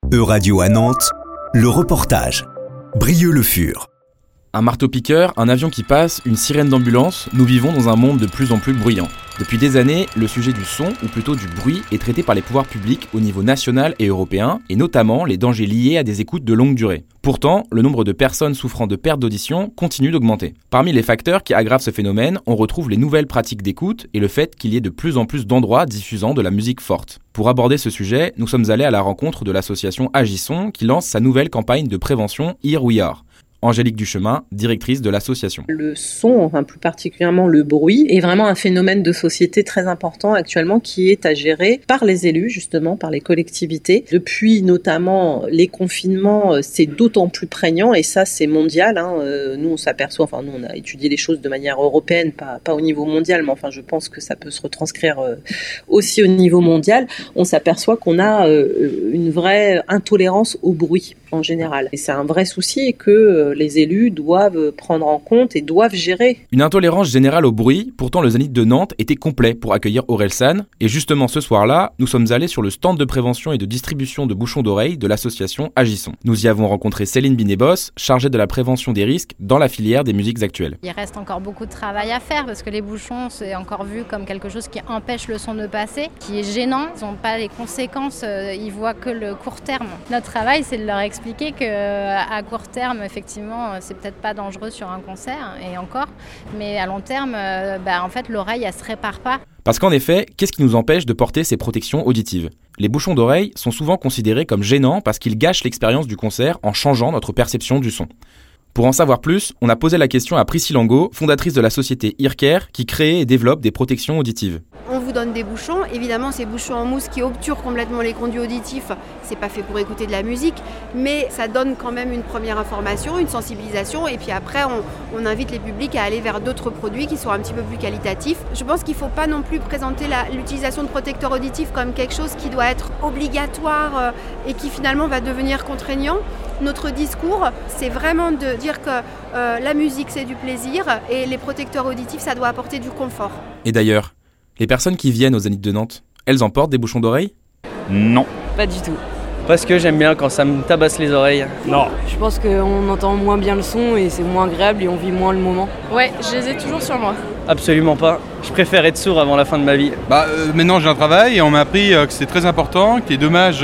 Euradio à Nantes, le reportage. Brieuc-le-Fur. Un marteau-piqueur, un avion qui passe, une sirène d'ambulance, nous vivons dans un monde de plus en plus bruyant. Depuis des années, le sujet du son, ou plutôt du bruit, est traité par les pouvoirs publics au niveau national et européen, et notamment les dangers liés à des écoutes de longue durée. Pourtant, le nombre de personnes souffrant de perte d'audition continue d'augmenter. Parmi les facteurs qui aggravent ce phénomène, on retrouve les nouvelles pratiques d'écoute et le fait qu'il y ait de plus en plus d'endroits diffusant de la musique forte. Pour aborder ce sujet, nous sommes allés à la rencontre de l'association Agissons qui lance sa nouvelle campagne de prévention Here We Are. Angélique Duchemin, directrice de l'association. Le son, plus particulièrement le bruit, est vraiment un phénomène de société très important actuellement qui est à gérer par les élus, justement, par les collectivités. Depuis notamment les confinements, c'est d'autant plus prégnant et ça c'est mondial. Nous on s'aperçoit, nous on a étudié les choses de manière européenne, pas au niveau mondial, mais je pense que ça peut se retranscrire aussi au niveau mondial. On s'aperçoit qu'on a une vraie intolérance au bruit en général. Et c'est un vrai souci et que les élus doivent prendre en compte et doivent gérer. Une intolérance générale au bruit, pourtant le Zénith de Nantes était complet pour accueillir Orelsan. Et justement ce soir-là, nous sommes allés sur le stand de prévention et de distribution de bouchons d'oreilles de l'association Agissons. Nous y avons rencontré Céline Binébos, chargée de la prévention des risques dans la filière des musiques actuelles. Il reste encore beaucoup de travail à faire parce que les bouchons, c'est encore vu comme quelque chose qui empêche le son de passer, qui est gênant. Ils n'ont pas les conséquences, ils voient que le court terme. Notre travail, c'est de leur expliquer qu'à court terme, effectivement, c'est peut-être pas dangereux sur un concert, et encore, mais à long terme, en fait, l'oreille, elle se répare pas. Parce qu'en effet, qu'est-ce qui nous empêche de porter ces protections auditives ? Les bouchons d'oreille sont souvent considérés comme gênants parce qu'ils gâchent l'expérience du concert en changeant notre perception du son. Pour en savoir plus, on a posé la question à Priscille Angot, fondatrice de la société Earcare, qui crée et développe des protections auditives. On vous donne des bouchons, évidemment ces bouchons en mousse qui obturent complètement les conduits auditifs, c'est pas fait pour écouter de la musique, mais ça donne quand même une première information, une sensibilisation, et puis après on invite les publics à aller vers d'autres produits qui sont un petit peu plus qualitatifs. Je pense qu'il faut pas non plus présenter l'utilisation de protecteurs auditifs comme quelque chose qui doit être obligatoire et qui finalement va devenir contraignant. Notre discours, c'est vraiment de dire que la musique c'est du plaisir et les protecteurs auditifs ça doit apporter du confort. Et d'ailleurs, les personnes qui viennent au Zénith de Nantes, elles en portent des bouchons d'oreille ? Non. Pas du tout. Parce que j'aime bien quand ça me tabasse les oreilles. Non. Je pense qu'on entend moins bien le son et c'est moins agréable et on vit moins le moment. Ouais, je les ai toujours sur moi. Absolument pas. Je préfère être sourd avant la fin de ma vie. Maintenant j'ai un travail et on m'a appris que c'est très important, que les dommages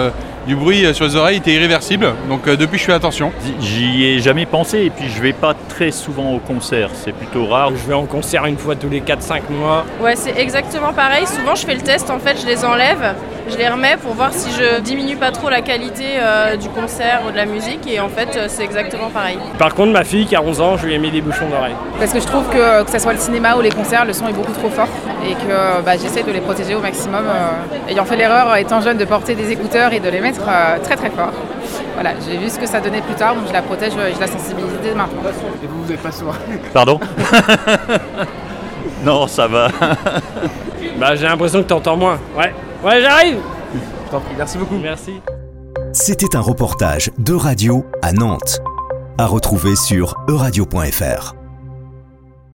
du bruit sur les oreilles étaient irréversibles. Donc depuis je fais attention. J'y ai jamais pensé et puis je vais pas très souvent au concert, c'est plutôt rare. Je vais en concert une fois tous les 4-5 mois. Ouais, c'est exactement pareil. Souvent je fais le test, en fait je les enlève, je les remets pour voir si je diminue pas trop la qualité du concert ou de la musique et en fait c'est exactement pareil. Par contre ma fille qui a 11 ans, je lui ai mis des bouchons d'oreille. Parce que je trouve que ce soit le cinéma ou les concerts, le son est beaucoup trop fort et que j'essaie de les protéger au maximum. Ayant fait l'erreur étant jeune de porter des écouteurs et de les mettre très très fort. Voilà, j'ai vu ce que ça donnait plus tard, donc je la protège, je la sensibilise dès maintenant. Et vous n'êtes pas sourd ? Pardon ? Non, ça va. J'ai l'impression que tu entends moins. Ouais, j'arrive. Je t'en prie, merci beaucoup. Merci. C'était un reportage d'Euradio à Nantes. À retrouver sur euradio.fr.